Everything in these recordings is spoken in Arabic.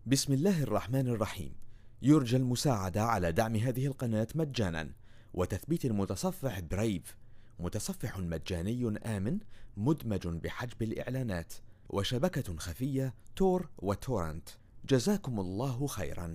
بسم الله الرحمن الرحيم. يرجى المساعدة على دعم هذه القناة مجانا وتثبيت المتصفح برايف، متصفح مجاني آمن مدمج بحجب الإعلانات، وشبكة خفية تور وتورنت. جزاكم الله خيرا.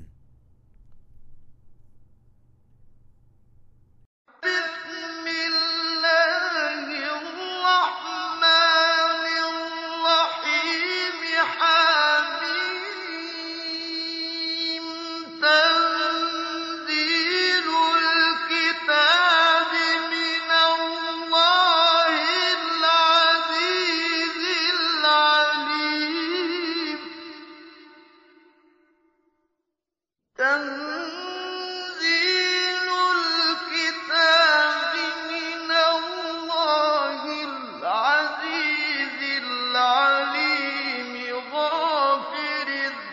تنزيل الكتاب من الله العزيز العليم غافر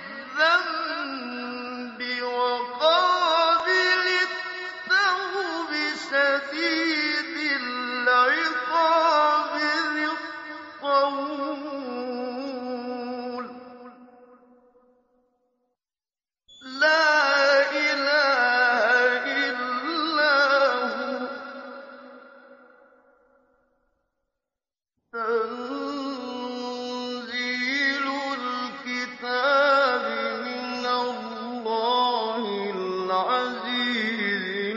الذنب وقابل التوب شديد العقاب ذي الطول لا إله إلا هو تنزيل الكتاب من الله العزيز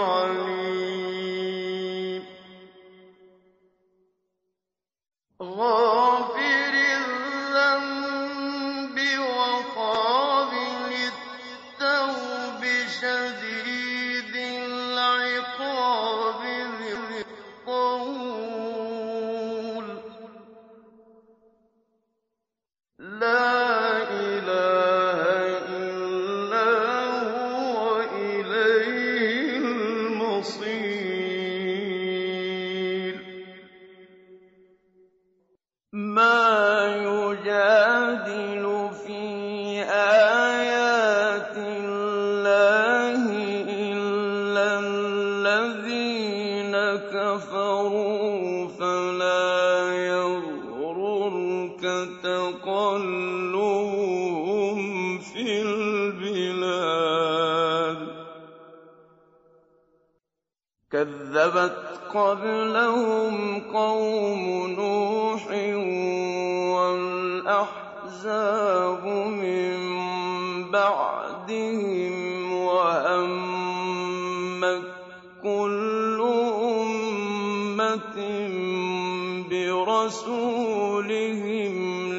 العليم غافر الذنب وقابل التوب شديد العقاب ذي الطول لا إله إلا هو إليه المصير ما يجادل في آيات الله إلا الذين كفروا فلا يغررك تقلبهم في البلاد كذبت قبلهم قوم نوح والأحزاب من بعدهم وهمت كل أمة برسولهم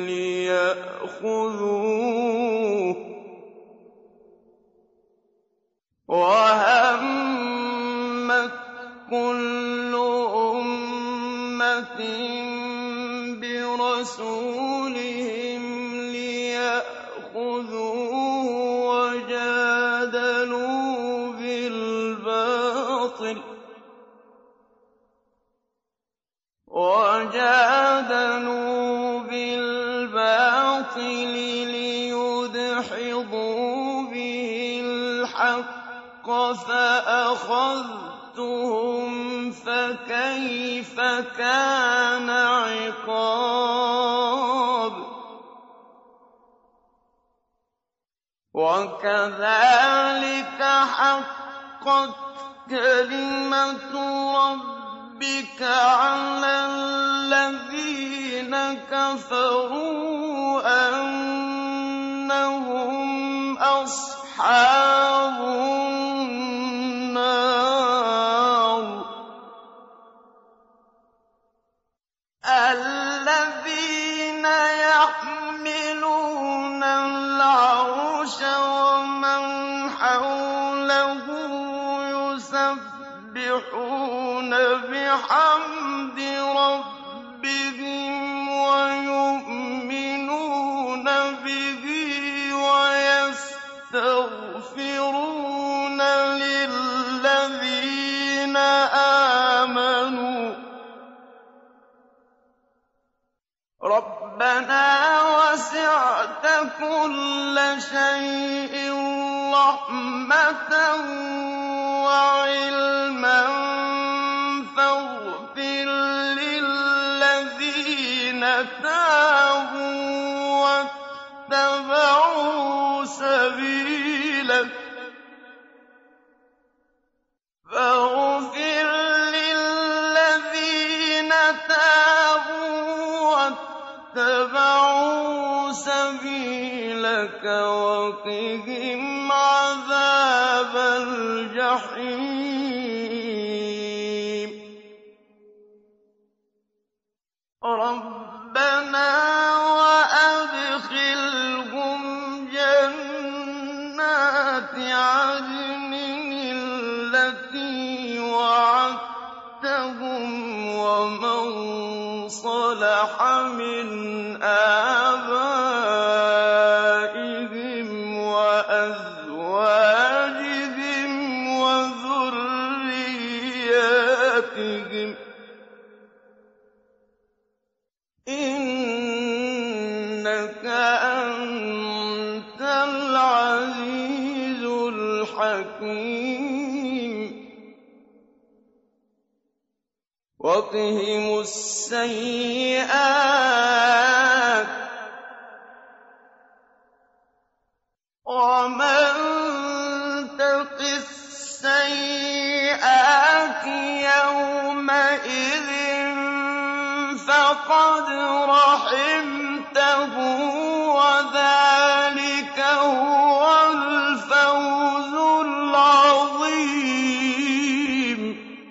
ليأخذوه وهمت كل أمة برسولهم ليأخذوه وجادلوا بالباطل ليدحضوا به الحق فأخذتهم فكيف كان عقاب وكذلك حقت كلمة ربك على الذين كفروا أنهم أصحاب النار الذين يحملون العرش ومن حوله يسبحون بحمد ربهم ويؤمنون به ويستغفرون للذين آمنوا ربنا وسعت كل شيء رحمة وعلما فاغفر للذين تابوا واتبعوا سبيلك فاغفر للذين تابوا واتبعوا سبيلك وقهم عذاب الجحيم ربنا وأدخلهم جنات عدن التي وعدتهم ومن صلح من آبائهم وأزواجهم وذرياتهم إنك أنت العزيز الحكيم وقهم السيئات ومن تق السيئات يومئذ فقد رحمته وذلك هو الفوز العظيم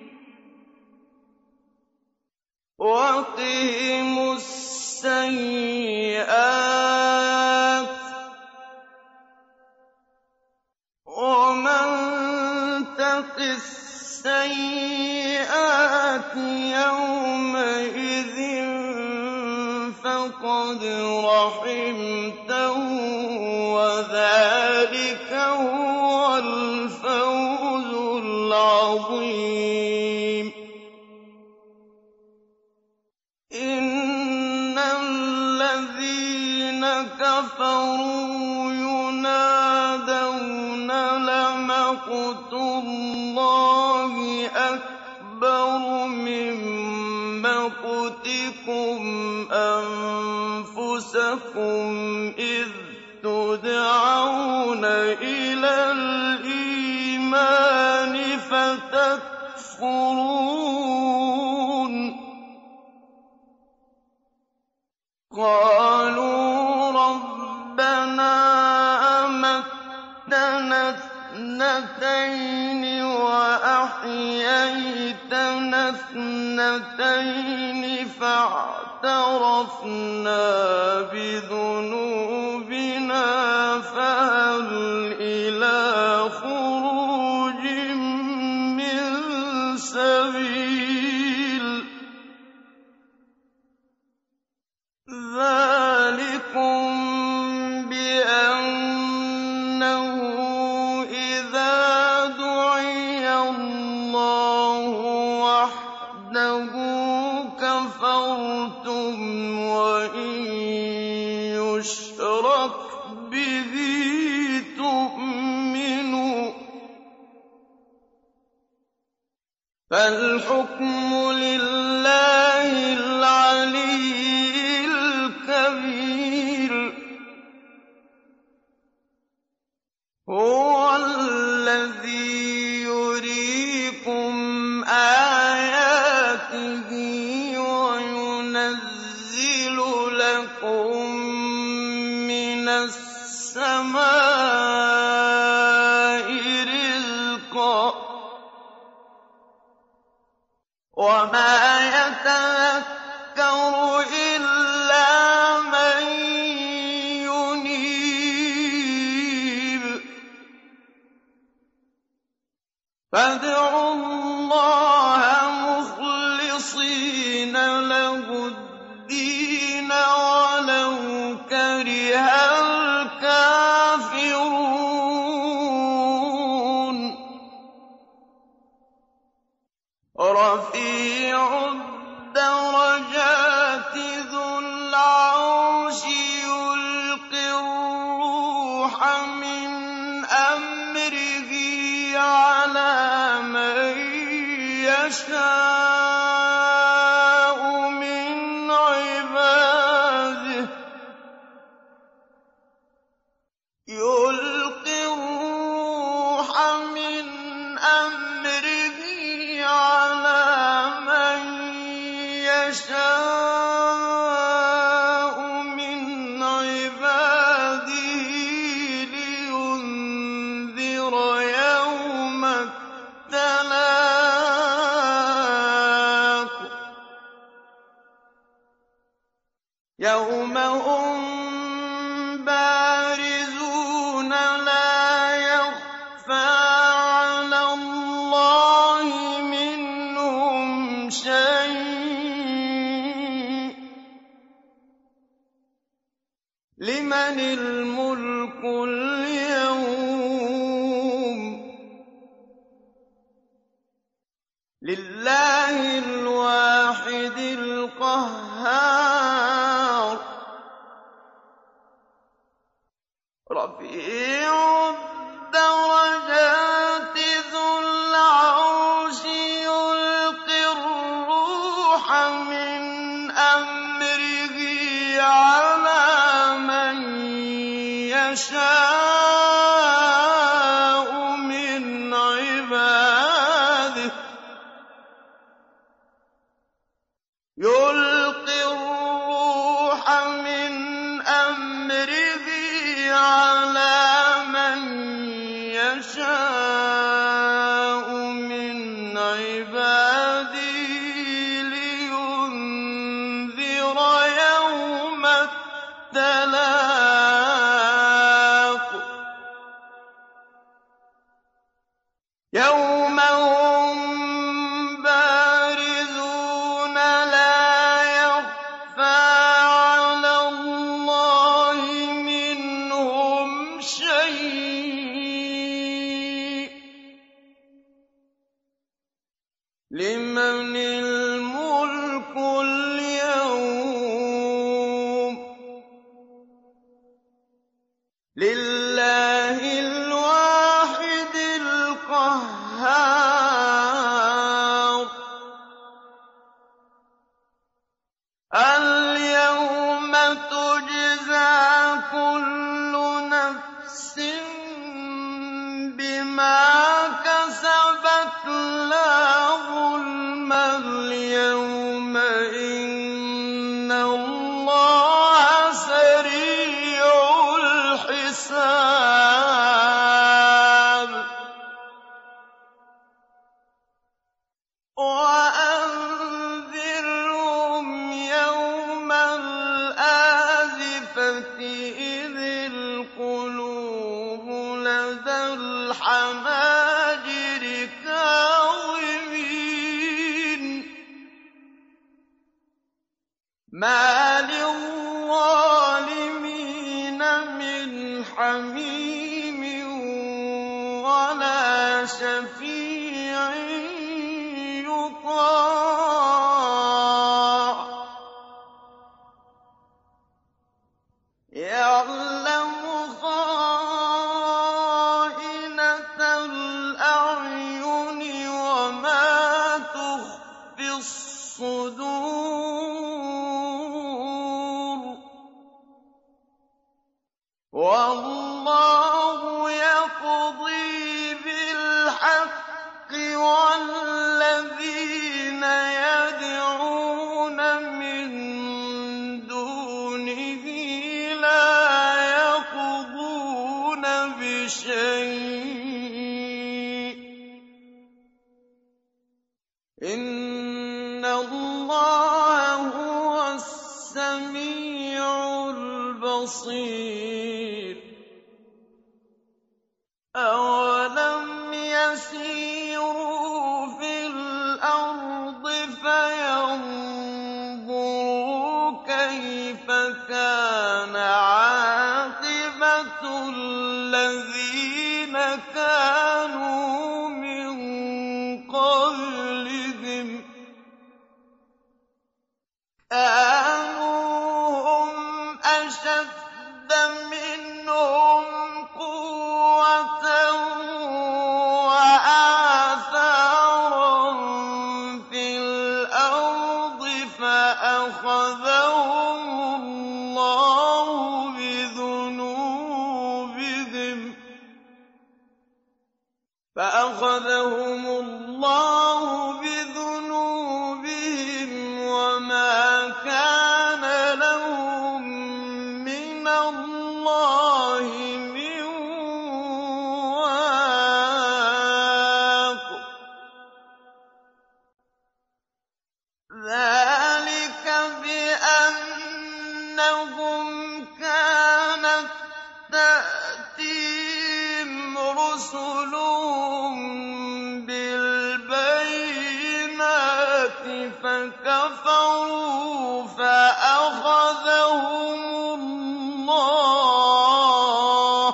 وقهم السيئات ومن تق السيئات يومئذ فقد رحمته وذلك هو الفوز العظيم إن الذين كفروا ينادون لمقت الله أكبر من مقتكم أنفسكم إذ تدعون إلى الإيمان فتكفرون قالوا ربنا أمتنا اثنتين وأحييتنا اثنتين فاعترفنا بذنوبنا فهل إلى خروج من سبيل ذلكم بأنه إذا دعي الله وحده كفرتم وإن يشرك به تؤمنوا فالحكم لله العلي الكبير هو الذي يريكم آياته وينزل لكم من السماء رزقا وما يتذكر إلا من ينيب فادعوا الله مخلصين له الدين ولو كره الكافرون رفيع الدرجات ذو العرش يلقي الروح من أمره على من يشاء من عباده يلقي الروح مِنْ أَمْرِهِ عَلَىٰ مَن يَشَاءُ مِنْ عِبَادِهِ لِيُنذِرَ يَوْمَ التَّلَاقِ يَوْمَ هُم بَارِزُونَ لَا يَخْفَىٰ عَلَى اللَّهِ مِنْهُمْ شَيْءٌ ۚ لِّمَنِ الْمُلْكُ الْيَوْمَ ۖ لِلَّهِ الْوَاحِدِ الْقَهَّارِ رَفِيعُ الدَّرَجَاتِ ذُو الْعَرْشِ يُلْقِي الرُّوحَ مِنْ أَمْرِهِ عَلَىٰ مَن يَشَاءُ مِنْ عِبَادِهِ يُلْقِي الرُّوحَ مِنْ أَمْرِهِ عَلَىٰ مَن يَشَاءُ مِنْ عِبَادِهِ لِيُنذِرَ يَوْمَ التَّلَاقِ يَوْمَ هُم بَارِزُونَ لَا يَخْفَىٰ عَلَى اللَّهِ مِنْهُمْ شَيْءٌ ۚ لِّمَنِ الْمُلْكُ الْيَوْمَ ۖ لِلَّهِ الْوَاحِدِ الْقَهَّارِ الْيَوْمَ تُجْزَىٰ كُلُّ نَفْسٍ بِمَا كَسَبَتْ لَا ظُلْمَ الْيَوْمَ ۚ إِنَّ اللَّهَ سَرِيعُ الْحِسَابِ وَأَنذِرْهُمْ يَوْمَ الْآزِفَةِ إِذِ الْقُلُوبُ لَدَى الْحَنَاجِرِ كَاظِمِينَ مَا لِلظَّالِمِينَ مِنْ حَمِيمٍ وَلَا شَفِيعٍ يُطَاعُ يَعْلَمُ خَائِنَةَ الْأَعْيُنِ وَمَا تُخْفِي الصُّدُورُ وَاللَّهُ يَقْضِي بِالْحَقِّ وَالَّذِينَ يَدْعُونَ مِن دُونِهِ لَا يَقْضُونَ بِشَيْءٍ ۗ إِنَّ اللَّهَ هُوَ السَّمِيعُ الْبَصِيرُ أَوَلَمْ يَسِيرُوا فِي الْأَرْضِ فَيَنظُرُوا كَيْفَ كَانَ عَاقِبَةُ الَّذِينَ كَانُوا مِن قَبْلِهِمْ ۚ كَانُوا هُمْ أَشَدَّ مِنْهُمْ قُوَّةً وَآثَارًا فِي الْأَرْضِ فَأَخَذَهُمُ اللَّهُ بِذُنُوبِهِمْ ۗ فأخذهم الله بذنوبهم وما كان لهم من الله من واق. ذلك بأنهم كانت تأتيهم رسلهم بالبينات فكفروا فأخذهم الله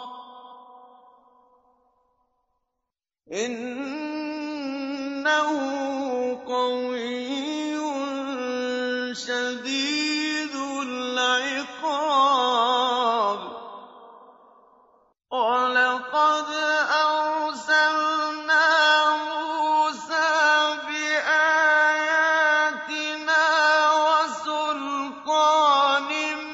إنه قوي شديد العقاب. وَلَقَدْ أَرْسَلْنَا مُوسَىٰ بِآيَاتِنَا وَسُلْطَانٍ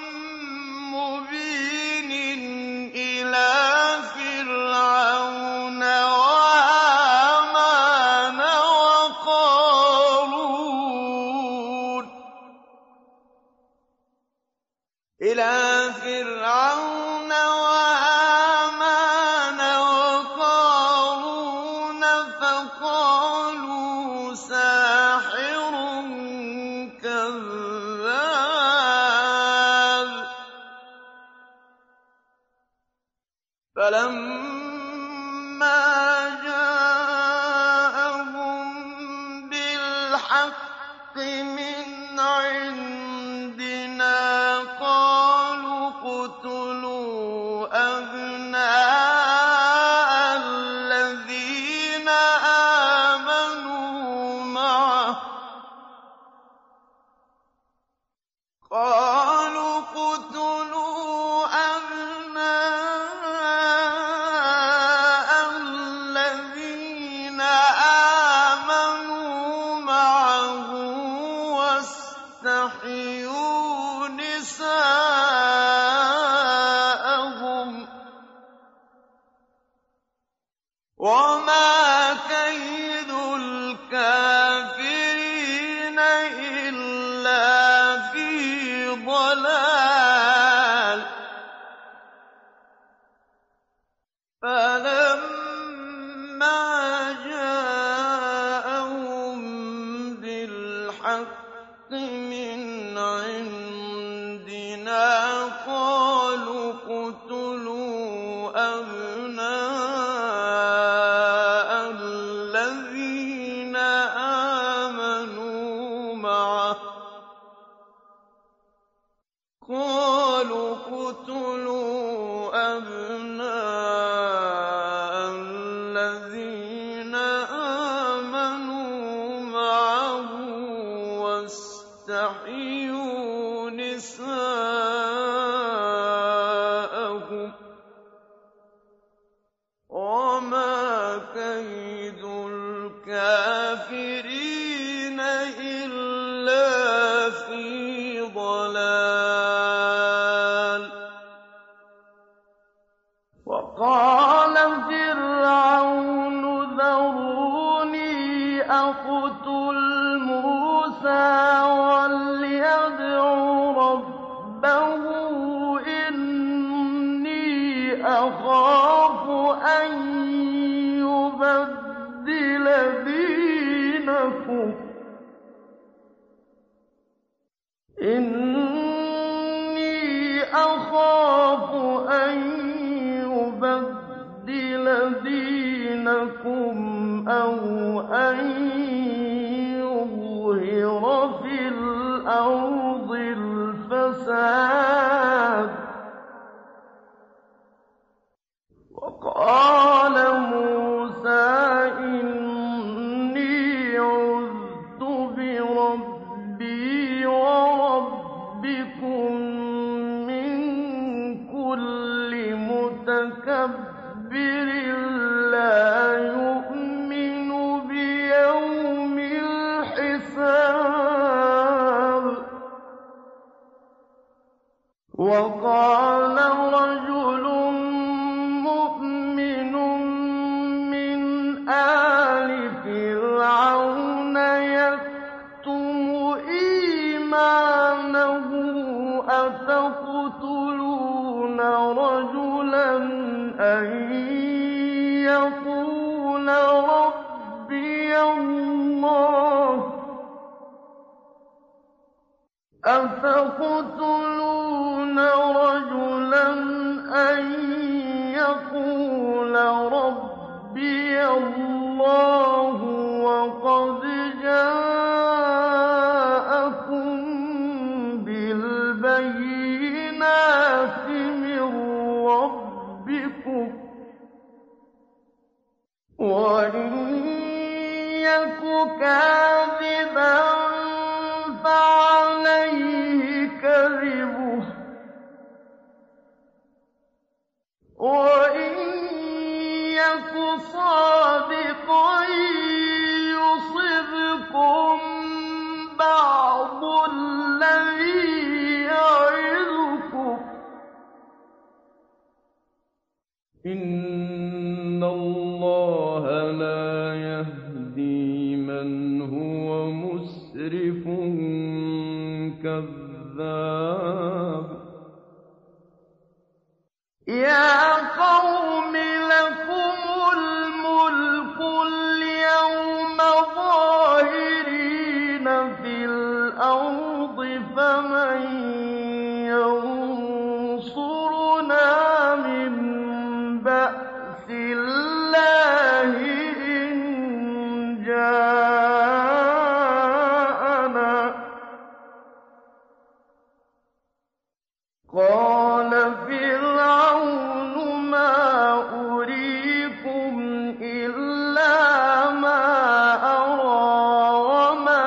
مُّبِينٍ إِلَىٰ فِرْعَوْنَ وَهَامَانَ وَقَارُونَ فَقَالُوا سَاحِرٌ كَذَّابٌ. فَلَمَّا جَاءَهُم بِالْحَقِّ مِنْ عِندِنَا قَالُوا اقْتُلُوا أَبْنَاءَ الَّذِينَ آمَنُوا مَعَهُ وَاسْتَحْيُوا نِسَاءَهُمْ ۚ وَمَا كَيْدُ الْكَافِرِينَ إِلَّا فِي ضَلَالٍ. فَلَمَّا جَاءَهُم بِالْحَقِّ مِنْ عِندِنَا قَالُوا اقْتُلُوا أَبْنَاءَ الَّذِينَ آمَنُوا مَعَهُ وَاسْتَحْيُوا نِسَاءَهُمْ ۚ وَمَا كَيْدُ الْكَافِرِينَ إِلَّا فِي ضَلَالٍ. وَقَالَ فِرْعَوْنُ ذَرُونِي أَقْتُلْ مُوسَىٰ وَلْيَدْعُ رَبَّهُ إِنِّي أَخَافُ أَن يُبَدِّلَ دِينَكُمْ أَوْ أَن يُظْهِرَ فِي الْأَرْضِ الْفَسَادَ. وَقَالَ مُوسَىٰ إِنِّي عُذْتُ بِرَبِّي وَرَبِّكُم مِّن كُلِّ مُتَكَبِّرٍ لَّا يُؤْمِنُ بِيَوْمِ الْحِسَابِ. وَقَالَ رَجُلٌ مُّؤْمِنٌ مِّنْ أن يقول ربي الله أتقتلون رجلا أن يقول ربي الله وقد جاءكم بالبينات من ربكم وإن يك كاذبا فعليه كذبه وإن يك صادقا يصبكم بعض الذي يعظكم إن الله لا يهدي من هو مسرف كذاب يا قوم لكم الملك اليوم ظاهرين في الأرض فمن ينصرنا من بأس الله إن جاءنا قال فرعون ما أريكم إلا ما أرى وما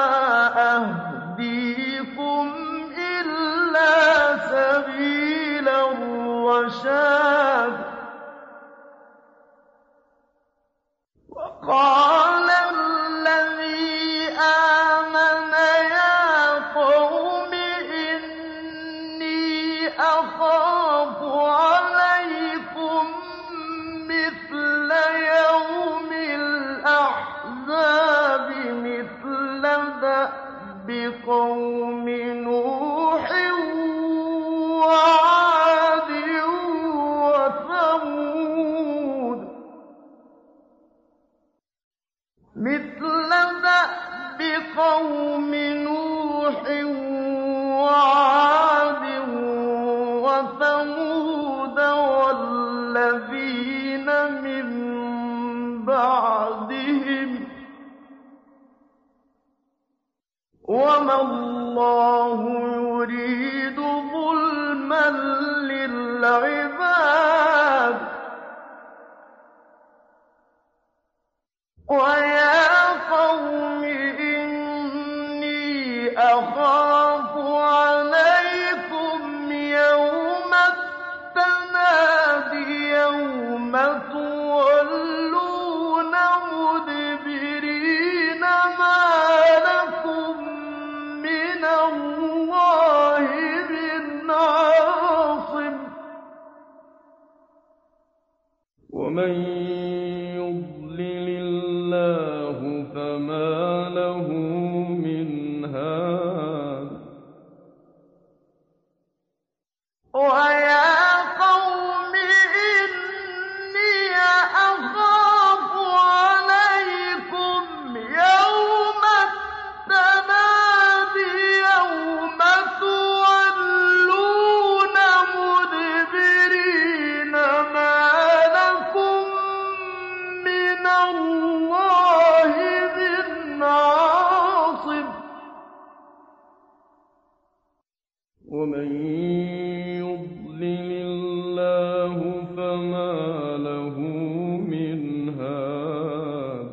أهديكم إلا سبيل الرشاد وقال الذي آمن يا قوم إني أخاف عليكم مثل يوم الأحزاب مثل دأب قوم نوح وعاد وثمود مثل دأب قوم نوح وعاد وثمود والذين من بعدهم وما الله يريد ظلما للعباد ويا قوم إني أخاف عليكم يوم التناد يوم تولون مدبرين ما لكم من الله من عاصم ومن يضلل الله فما له من هاد ويا قوم إني أخاف عليكم يوم التناد يوم تولون مدبرين ما لكم من الله من عاصم ومن يضلل الله فما له من هاد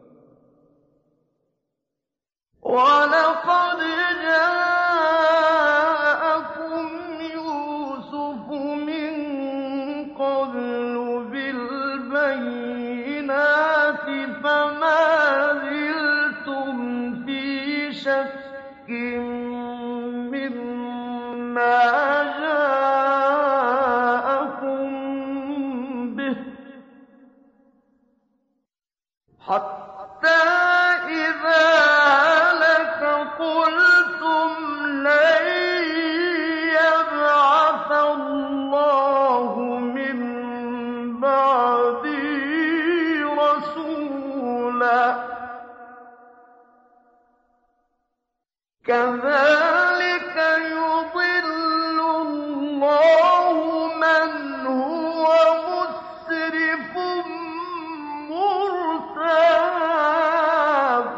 ولقد جاءكم يوسف من قبل بالبينات فما زلتم في شك مما جاءكم به حتى إذا هلك قلتم لن يبعث الله من بَعْدِي رَسُولًا ۚ كَذَٰلِكَ يُضِلُّ اللَّهُ مَنْ هُوَ مُسْرِفٌ مُّرْتَابٌ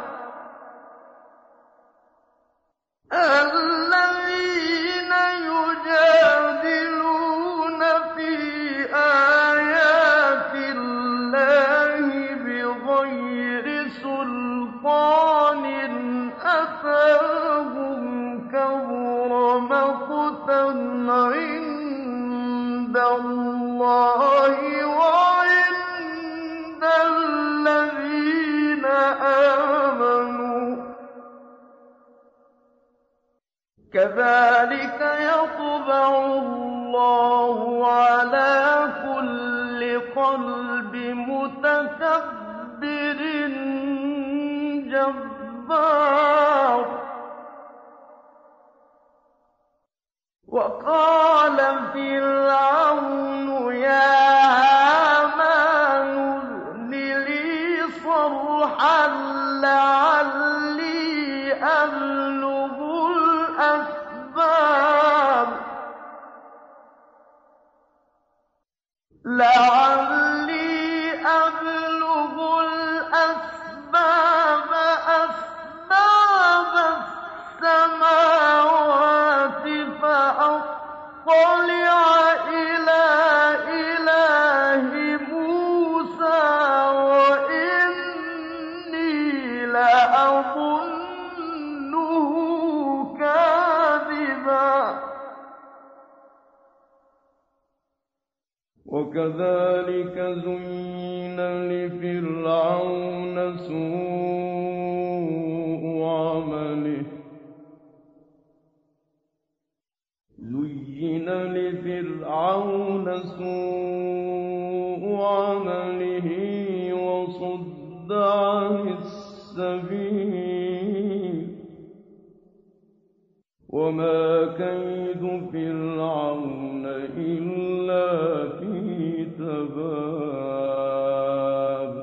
الَّذِينَ يُجَادِلُونَ فِي آيَاتِ اللَّهِ بِغَيْرِ سُلْطَانٍ أَتَاهُمْ كَبُرَ مَقْتًا عِندَ اللَّهِ وَعِندَ الَّذِينَ آمَنُوا ۚ كَذَٰلِكَ يَطْبَعُ اللَّهُ عَلَىٰ كُلِّ قَلْبِ مُتَكَبِّرٍ جَبَّارٍ وَقَالَ فِرْعَوْنُ يَا هَامَانُ ابْنِ لِي صَرْحًا لَّعَلِّي أَبْلُغُ الْأَسْبَابَ أَسْبَابَ السَّمَاوَاتِ فَأَطَّلِعَ إِلَىٰ إِلَٰهِ مُوسَىٰ وَإِنِّي لَأَظُنُّهُ كَاذِبًا ۚ وَكَذَٰلِكَ زُيِّنَ لِفِرْعَوْنَ سُوءُ عَمَلِهِ وَصُدَّ عَنِ السَّبِيلِ ۚ وَمَا كَيْدُ فِرْعَوْنَ إِلَّا فِي تَبَابٍ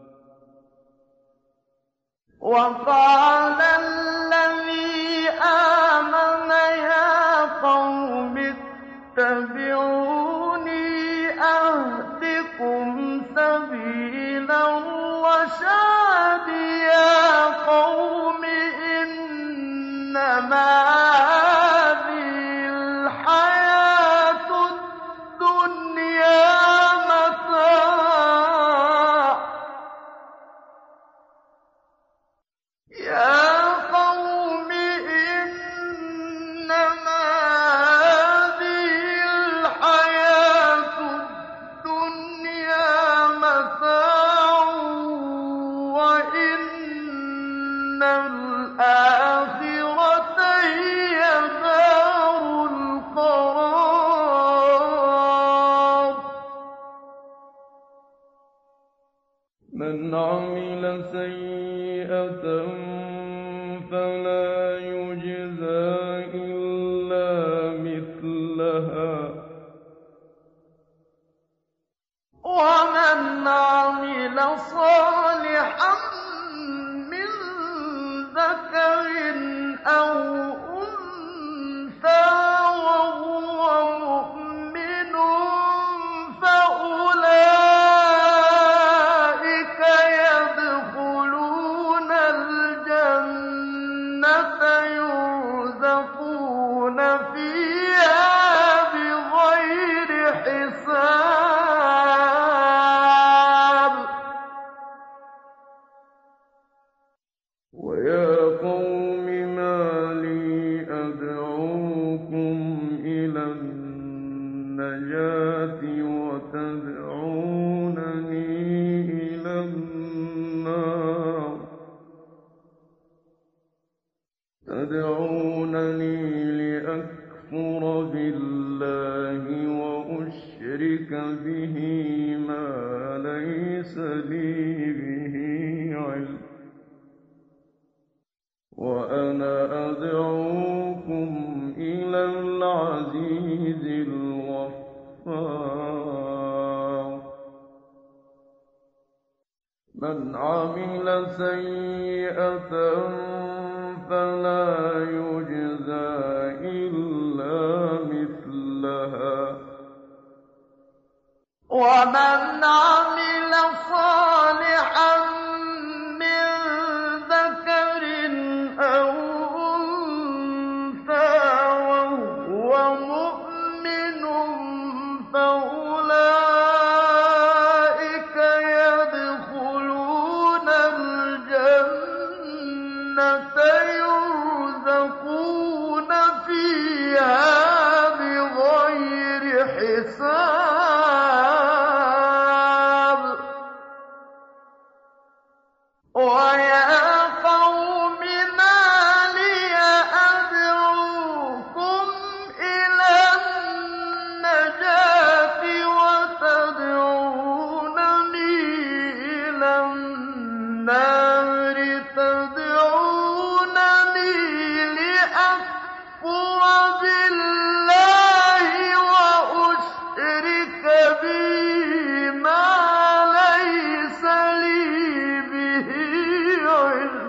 وَقَالَ الَّذِي آمَنَ يَا قَوْمِ اتَّبِعُونِي أَهْدِكُمْ سَبِيلَ الرَّشَادِ يَا قَوْمِ إِنَّمَا هَٰذِهِ الْحَيَاةُ الدُّنْيَا مَتَاعٌ وَإِنَّ الْآخِرَةَ هِيَ دَارُ الْقَرَارِ مَنْ عَمِلَ سَيِّئَةً فَلَا يُجْزَىٰ إِلَّا مِثْلَهَا وَمَنْ عَمِلَ صَالِحًا مِّن ذَكَرٍ أَوْ أُنثَىٰ وَهُوَ مُؤْمِنٌ فَأُولَٰئِكَ يَدْخُلُونَ الْجَنَّةَ يُرْزَقُونَ فِيهَا بِغَيْرِ حِسَابٍ من عمل سيئة فلا يجزى إلا مثلها ومن عمل صالحا من ذكر أو أنثى وهو مؤمن فأولئك يدخلون الجنة يرزقون فيها بغير حساب ويا قوم ما لي أدعوكم إلى النجاة وتدعونني إلى النار تدعونني لأكفر بالله وأشرك به ما ليس لي به علم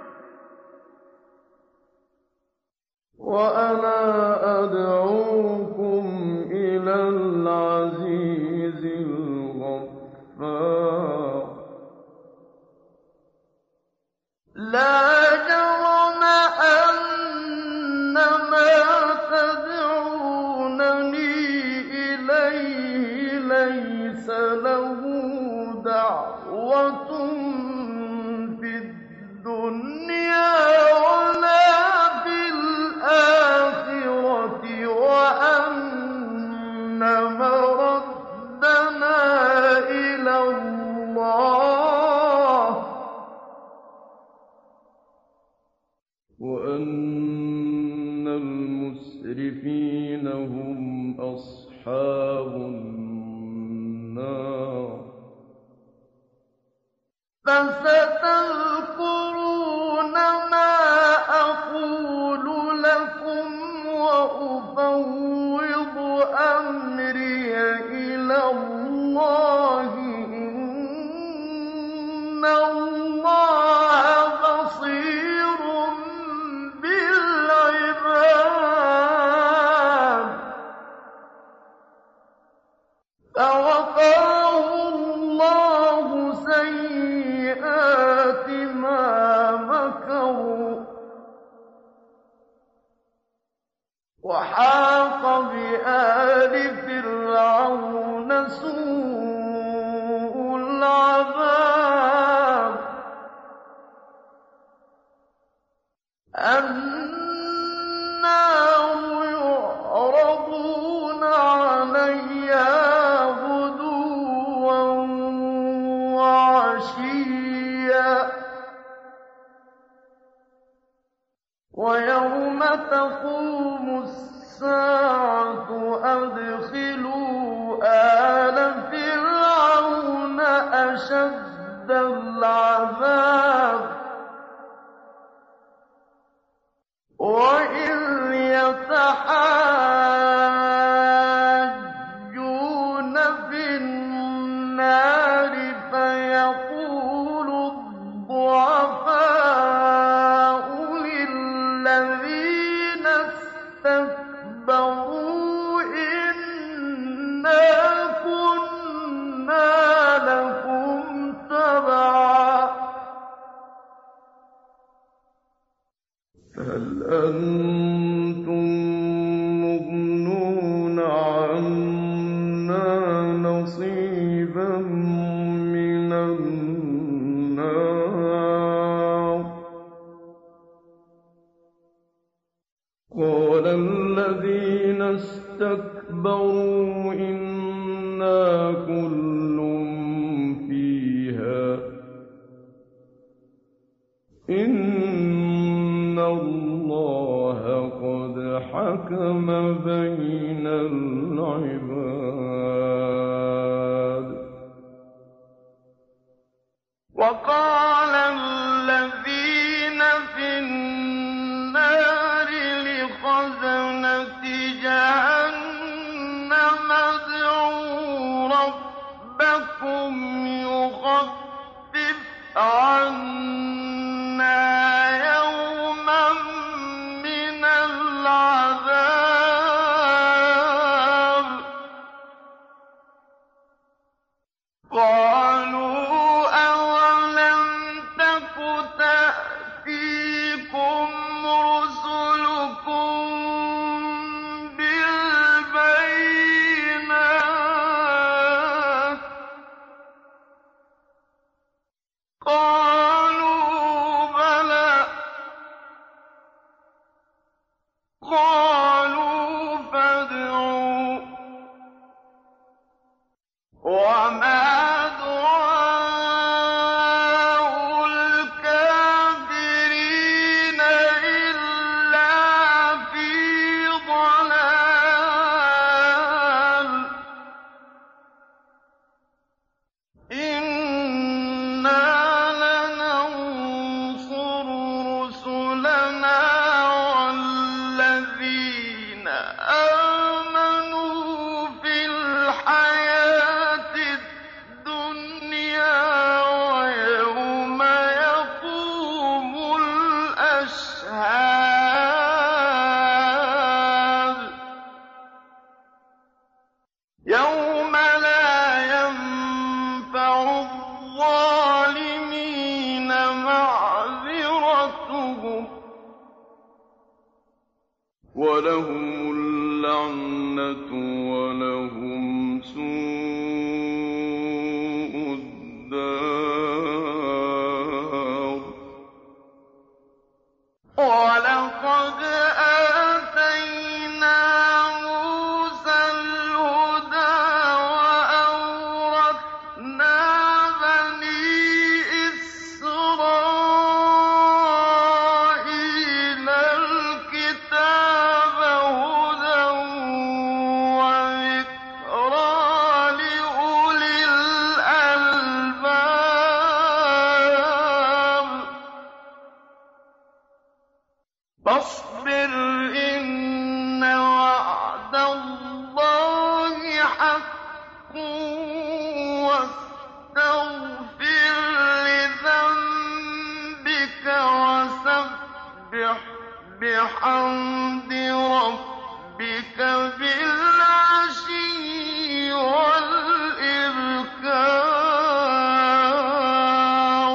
وأنا أدعوكم إلى العزيز الغفار لا جرم أن ما تدعونني إليه ليس له دعوة في الدنيا ولا في الآخرة وأن مردنا إلى الله وأن المسرفين هم أصحاب النار فستذكرون ما أقول لكم وأفوض أمري إلى الله إن الله بصير بالعباد فوقاه الله سيئات ما مكروا وحاق بآل فرعون سوء العذاب النار يعرضون عليها غدوا وعشيا ويوم تقوم الساعة أدخلوا آل فرعون أشد العذاب وإذ يتحاجون في النار فيقول الضعفاء للذين استكبروا إنا كنا لكم تبعا فهل أنتم مغنون عنا نصيبا من النار قال الذين استكبروا إنا كل فيها إن الله قد حكم بين العباد وقال الذين في النار لخزنة جهنم ادعوا ربكم يخفف عَنَّا يَوْمًا مِّنَ الْعَذَابِ قَالُوا أَوَلَمْ تَكُ تَأْتِيكُمْ رُسُلُكُم بِالْبَيِّنَاتِ ۖ قَالُوا بَلَىٰ ۚ قَالُوا فَادْعُوا ۗ وَمَا دُعَاءُ الْكَافِرِينَ إِلَّا فِي ضَلَالٍ إِنَّا لَنَنصُرُ رُسُلَنَا وَالَّذِينَ آمَنُوا فِي الْحَيَاةِ الدُّنْيَا وَيَوْمَ يَقُومُ الْأَشْهَادُ يَوْمَ لَا يَنفَعُ الظَّالِمِينَ مَعْذِرَتُهُمْ ۖ وَلَهُمُ اللَّعْنَةُ وَلَهُمْ سُوءُ الدَّارِ وَلَقَدْ آتَيْنَا مُوسَى الْهُدَىٰ وَأَوْرَثْنَا بَنِي إِسْرَائِيلَ الْكِتَابَ هُدًى وَذِكْرَىٰ لِأُولِي الْأَلْبَابِ فاصبر إن وعد الله حق واستغفر لذنبك وسبح بحمد ربك بالعشي والإبكار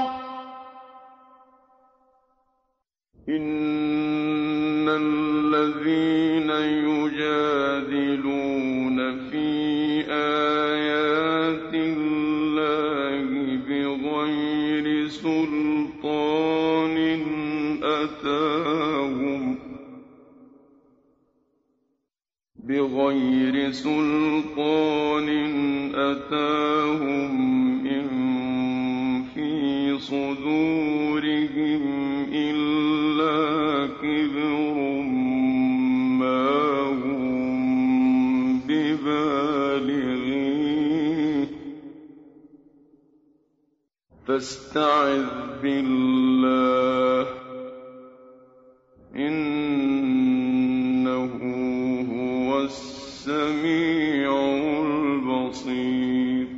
إِنَّ الَّذِينَ يُجَادِلُونَ فِي آيَاتِ اللَّهِ بِغَيْرِ سُلْطَانٍ أَتَاهُمْ إِن فِي صُدُورِهِمْ إِلَّا كِبْرٌ مَّا هُم بِبَالِغِيهِ ۚ فَاسْتَعِذْ بِاللَّهِ ۖ إِنَّهُ هُوَ السَّمِيعُ الْبَصِيرُ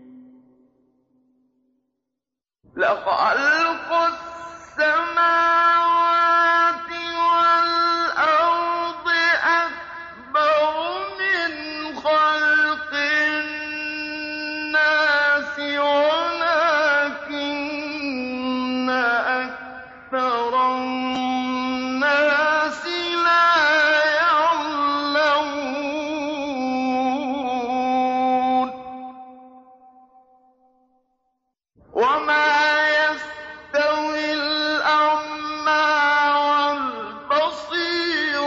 لَخَلْقُ السَّمَاوَاتِ وَالْأَرْضِ أَكْبَرُ مِنْ خَلْقِ النَّاسِ وَلَٰكِنَّ أَكْثَرَ النَّاسِ لَا يَعْلَمُونَ وَمَا يَسْتَوِي الْأَعْمَىٰ وَالْبَصِيرُ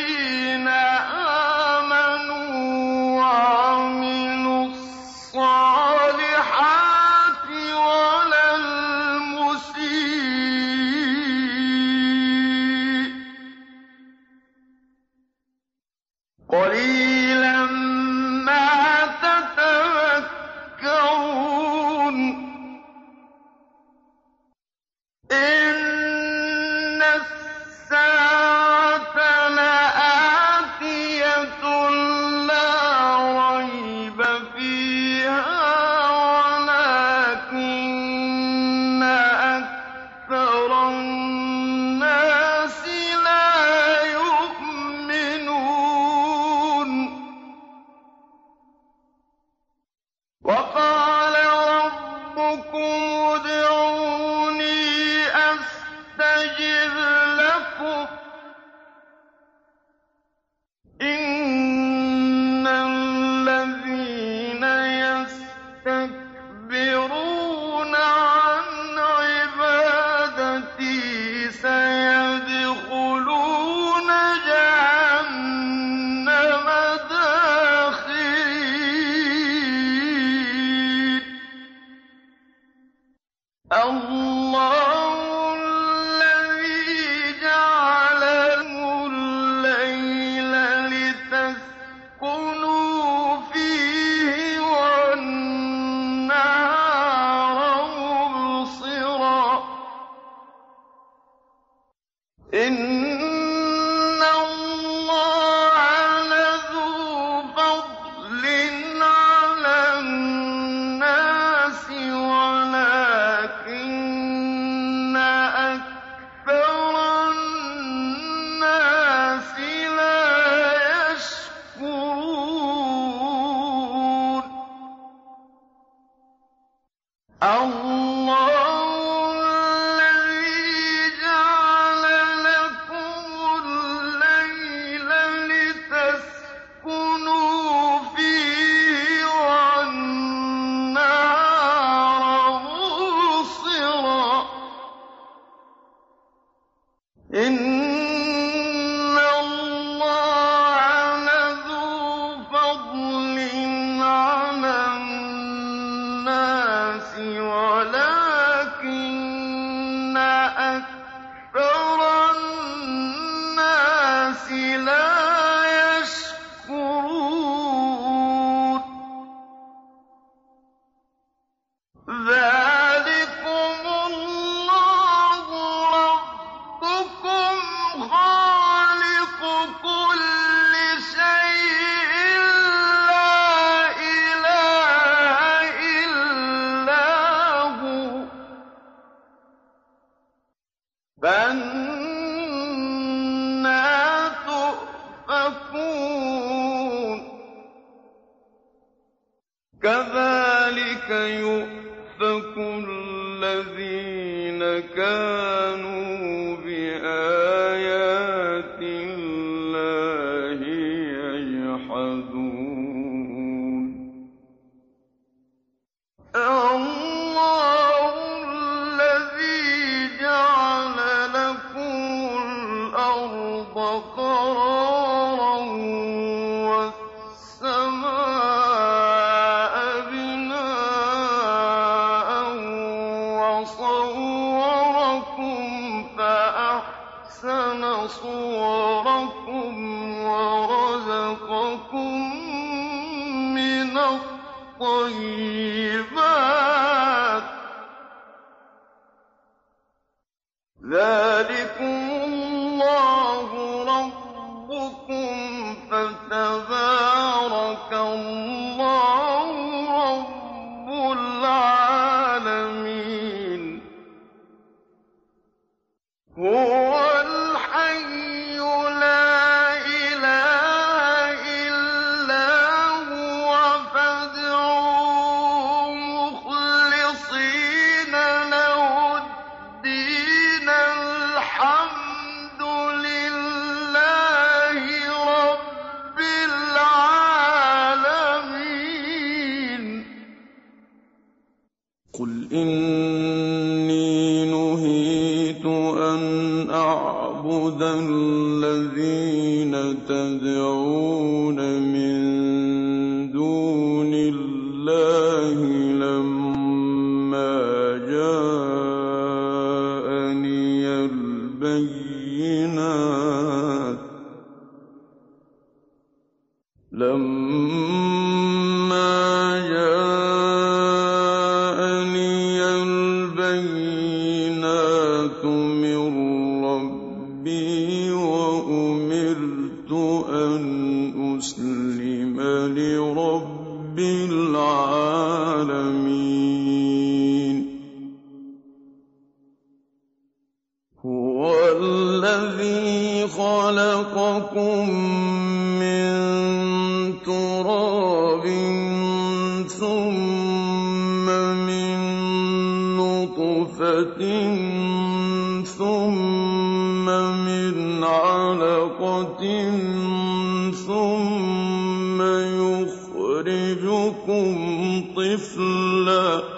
وَالَّذِينَ آمَنُوا وَعَمِلُوا الصَّالِحَاتِ يَسْتَكْبِرُونَ عَنْ عِبَادَتِي سَيَدْخُلُونَ جَهَنَّمَ دَاخِرِينَ اللَّهُ الَّذِي جَعَلَ لَكُمُ اللَّيْلَ لِتَسْكُنُوا فِيهِ وَالنَّهَارَ مُبْصِرًا ۚ إِنَّ اللَّهَ لَذُو فَضْلٍ عَلَى النَّاسِ وَلَٰكِنَّ أَكْثَرَ النَّاسِ لَا يَشْكُرُونَ اللَّهُ الَّذِي جَعَلَ لَكُمُ اللَّيْلَ لِتَسْكُنُوا فِيهِ وَالنَّهَارَ مُبْصِرًا ۚ إِنَّ اللَّهَ لَذُو فَضْلٍ عَلَى النَّاسِ وَلَٰكِنَّ أَكْثَرَ النَّاسِ لَا يَشْكُرُونَ ذَٰلِكُمُ اللَّهُ رَبُّكُمْ خَالِقُ كُلِّ شَيْءٍ لَّا إِلَٰهَ إِلَّا هُوَ فَأَنَّىٰ تُؤْفَكُونَ كَذَٰلِكَ يُؤْفَكُ الَّذِينَ كَانُوا بِآيَاتِ اللَّهِ يَجْحَدُونَ اللَّهُ الَّذِي جَعَلَ لَكُمُ الْأَرْضَ قَرَارًا وَالسَّمَاءَ بِنَاءً وَصَوَّرَكُمْ فَأَحْسَنَ صُوَرَكُمْ وَرَزَقَكُم مِّنَ الطَّيِّبَاتِ ۚ ذَٰلِكُمُ اللَّهُ رَبُّكُمْ فَتَبَارَكَ اللَّهُ رَبُّ الْعَالَمِينَ هُوَ الْحَيُّ لَا إِلَٰهَ إِلَّا هُوَ فَادْعُوهُ مُخْلِصِينَ لَهُ الدِّينَ الْحَمْدُ لِلَّهِ رَبِّ الْعَالَمِينَ قُلْ إِنِّي نُهِيتُ أَنْ أَعْبُدَ الَّذِينَ تَدْعُونَ مِن دُونِ اللَّهِ لَمَّا جَاءَنِيَ الْبَيِّنَاتُ مِن رَّبِّي وَأُمِرْتُ أَنْ أُسْلِمَ لِرَبِّ الْعَالَمِينَ هُوَ الَّذِي خَلَقَكُم مِّن تُرَابٍ ثُمَّ مِن نُّطْفَةٍ ثُمَّ مِنْ عَلَقَةٍ ثُمَّ يُخْرِجُكُمْ طِفْلًا طفلا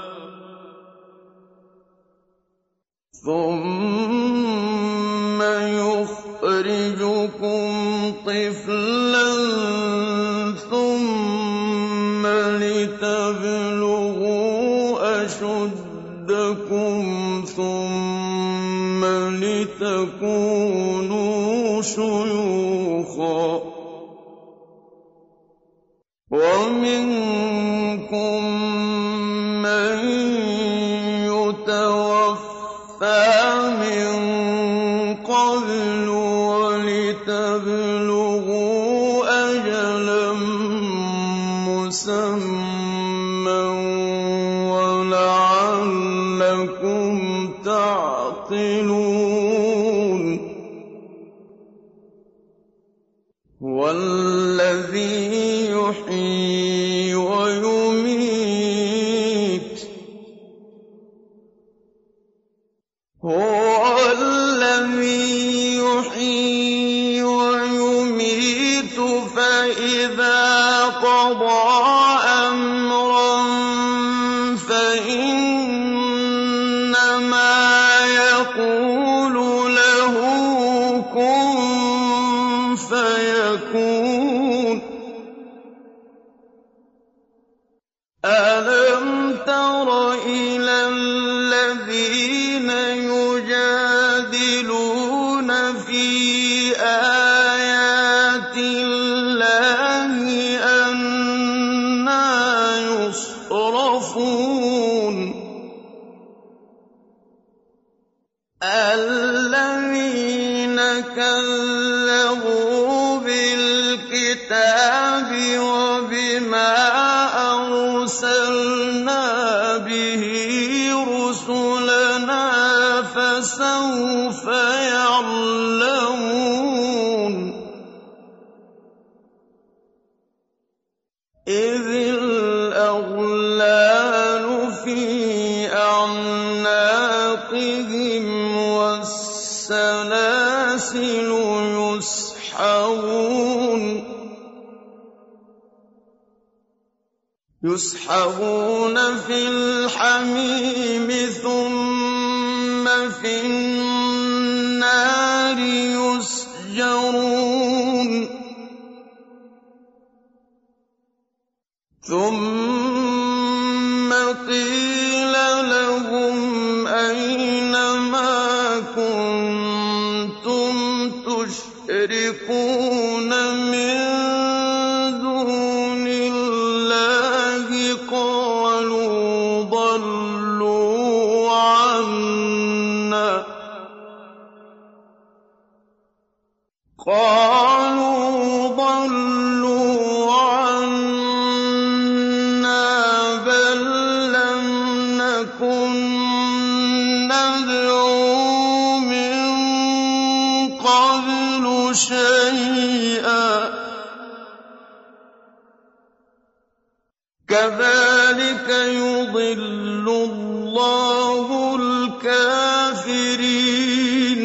ثم يخرجكم طفلا ثم لتبلغوا أشدكم ثم لتكونوا شيوخا ومنكم من يتوفى من قبل ولتبلغوا أجلا مسمى ولعلكم تعقلون والذي يحيي ويميت هو الذي يحيي ويميت فإذا قضى أمرا فإنما يقول له كن فيكون ألم تر إلى الذين يجادلون في آيات الله أنى يصرفون الذين كذبوا بالكتاب وبما أرسلنا به رسلنا فسوف يعلمون إذ الأغلال في أعناقهم والسلاسل يسحبون في الحميم ثم في النار يسجرون ثم قيل لهم أين ما كنتم تشركون من دون الله قالوا ضلوا عنا بل لم نكن ندعو من قبل شيئا كذلك يضل الله الكافرين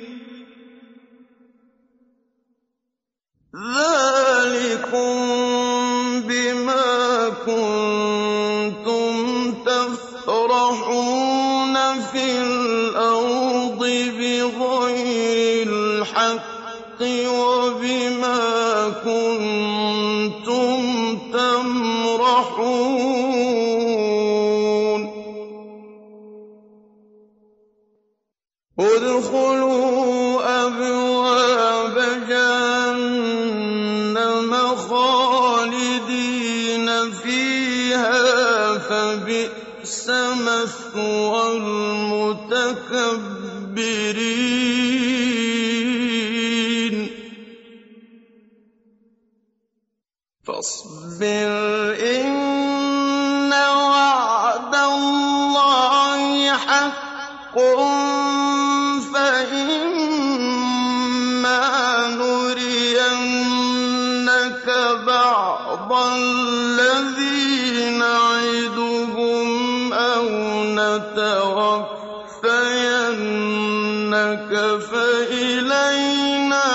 ذلكم بما كنتم تفرحون في الأرض بغير الحق وبما كنتم تمرحون ادخلوا أبواب جهنم خالدين فيها فبئس مثوى المتكبرين فاصبر إن وعد الله حق فإما نرينك بعض الذي نعدهم أو نتوفينك فإلينا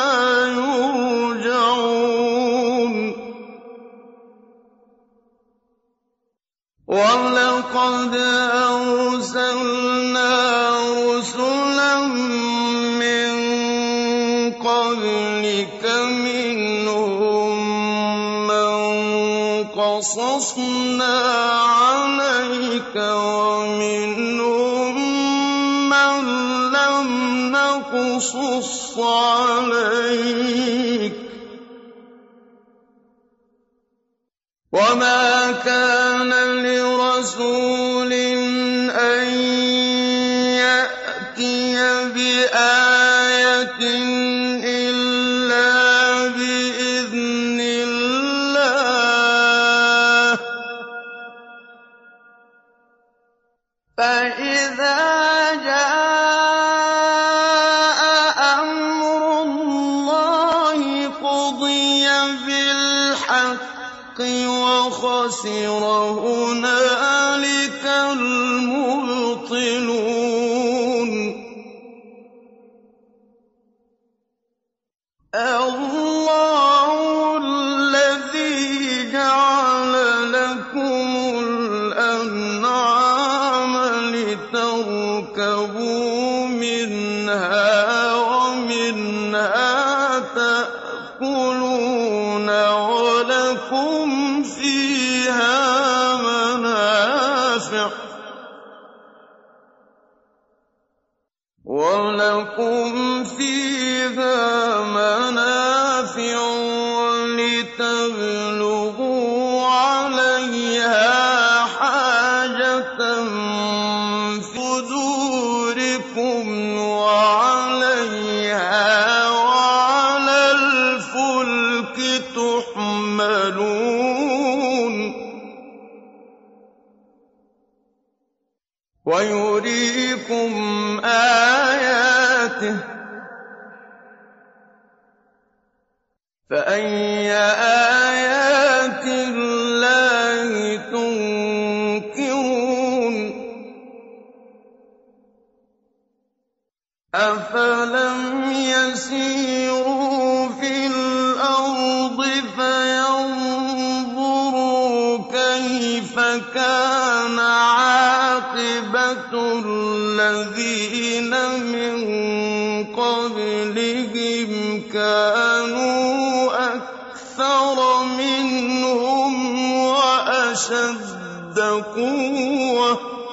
يرجعون وَلَقَدْ أَرْسَلْنَا رُسُلًا مِّن قَبْلِكَ مِنْهُم مَّن قَصَصْنَا عَلَيْكَ وَمِنْهُم مَّن لَّمْ نَقْصُصْ عَلَيْكَ ۗ وَمَا كَانَ لِرَسُولٍ أَن يَأْتِيَ بِآيَةٍ إِلَّا بِإِذْنِ اللَّهِ ۚ فَإِذَا جَاءَ أَمْرُ اللَّهِ قُضِيَ بِالْحَقِّ وَخَسِرَ هُنَالِكَ الْمُبْطِلُونَ. اللَّهُ الَّذِي جَعَلَ لَكُمُ الْأَنْعَامَ لِتَرْكَبُوا مِنْهَا وَمِنْهَا تَأْكُلُونَ وَلَكُمْ فِيهَا مَنَافِعُ وَلِتَبْلُغُوا عَلَيْهَا حَاجَةً فِي صُدُورِكُمْ وَعَلَيْهَا وَعَلَى الْفُلْكِ تُحْمَلُونَ. وَيُرِيكُمْ آيَاتِهِ ۚ فَأَيَّ آيَاتِ اللَّهِ تُنكِرُونَ. أَفَلَمْ يَسِيرُوا فِي الْأَرْضِ فَيَنظُرُوا كَيْفَ كَانَ عَاقِبَةُ الَّذِينَ مِن قَبْلِهِمْ كَانُوا أَكْثَرَ مِنْهُمْ وَأَشَدَّ قُوَّةً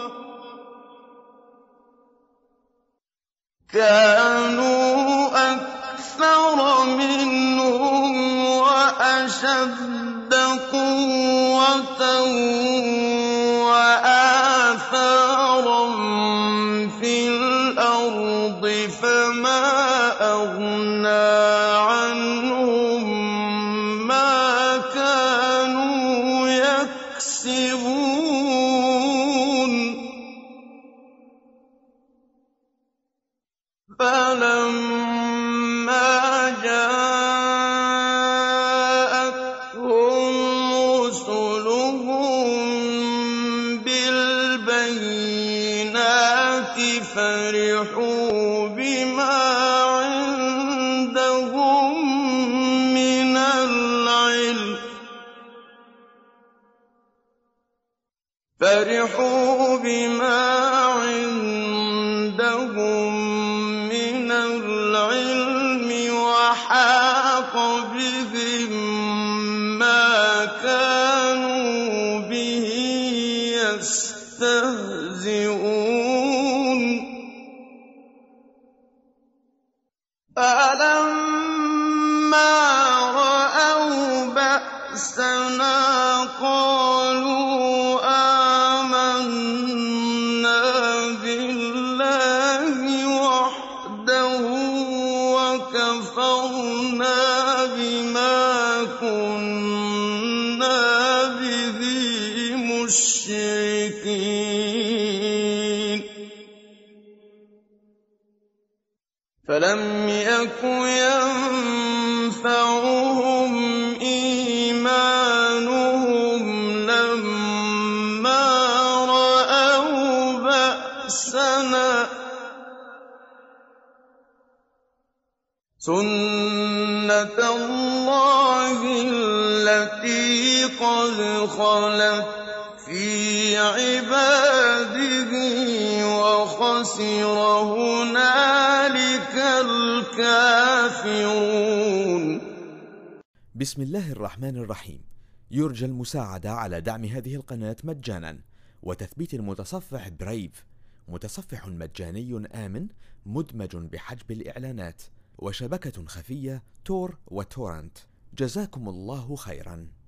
وَآثَارًا فِي الْأَرْضِ فَمَا أَغْنَىٰ عَنْهُم مَّا كَانُوا يَكْسِبُونَ. فَلَمَّا جَاءَتْهُمْ رُسُلُهُم بِالْبَيِّنَاتِ فَرِحُوا بِمَا عِندَهُم مِّنَ الْعِلْمِ وَحَاقَ بِهِم مَّا كَانُوا بِهِ يَسْتَهْزِئُونَ. فَلَمَّا رَأَوْا بَأْسَنَا قَالُوا آمَنَّا بِاللَّهِ وَحْدَهُ وَكَفَرْنَا بِمَا كُنَّا بِهِ مُشْرِكِينَ. فَلَمْ يَكُ يَنفَعُهُمْ إِيمَانُهُمْ لَمَّا رَأَوْا بَأْسَنَا ۖ سُنَّتَ اللَّهِ الَّتِي قَدْ خَلَتْ في عباده وخسر هنالك الكافرون. بسم الله الرحمن الرحيم. يرجى المساعدة على دعم هذه القناة مجانا وتثبيت المتصفح برايف، متصفح مجاني آمن مدمج بحجب الإعلانات، وشبكة خفية تور وتورنت. جزاكم الله خيرا.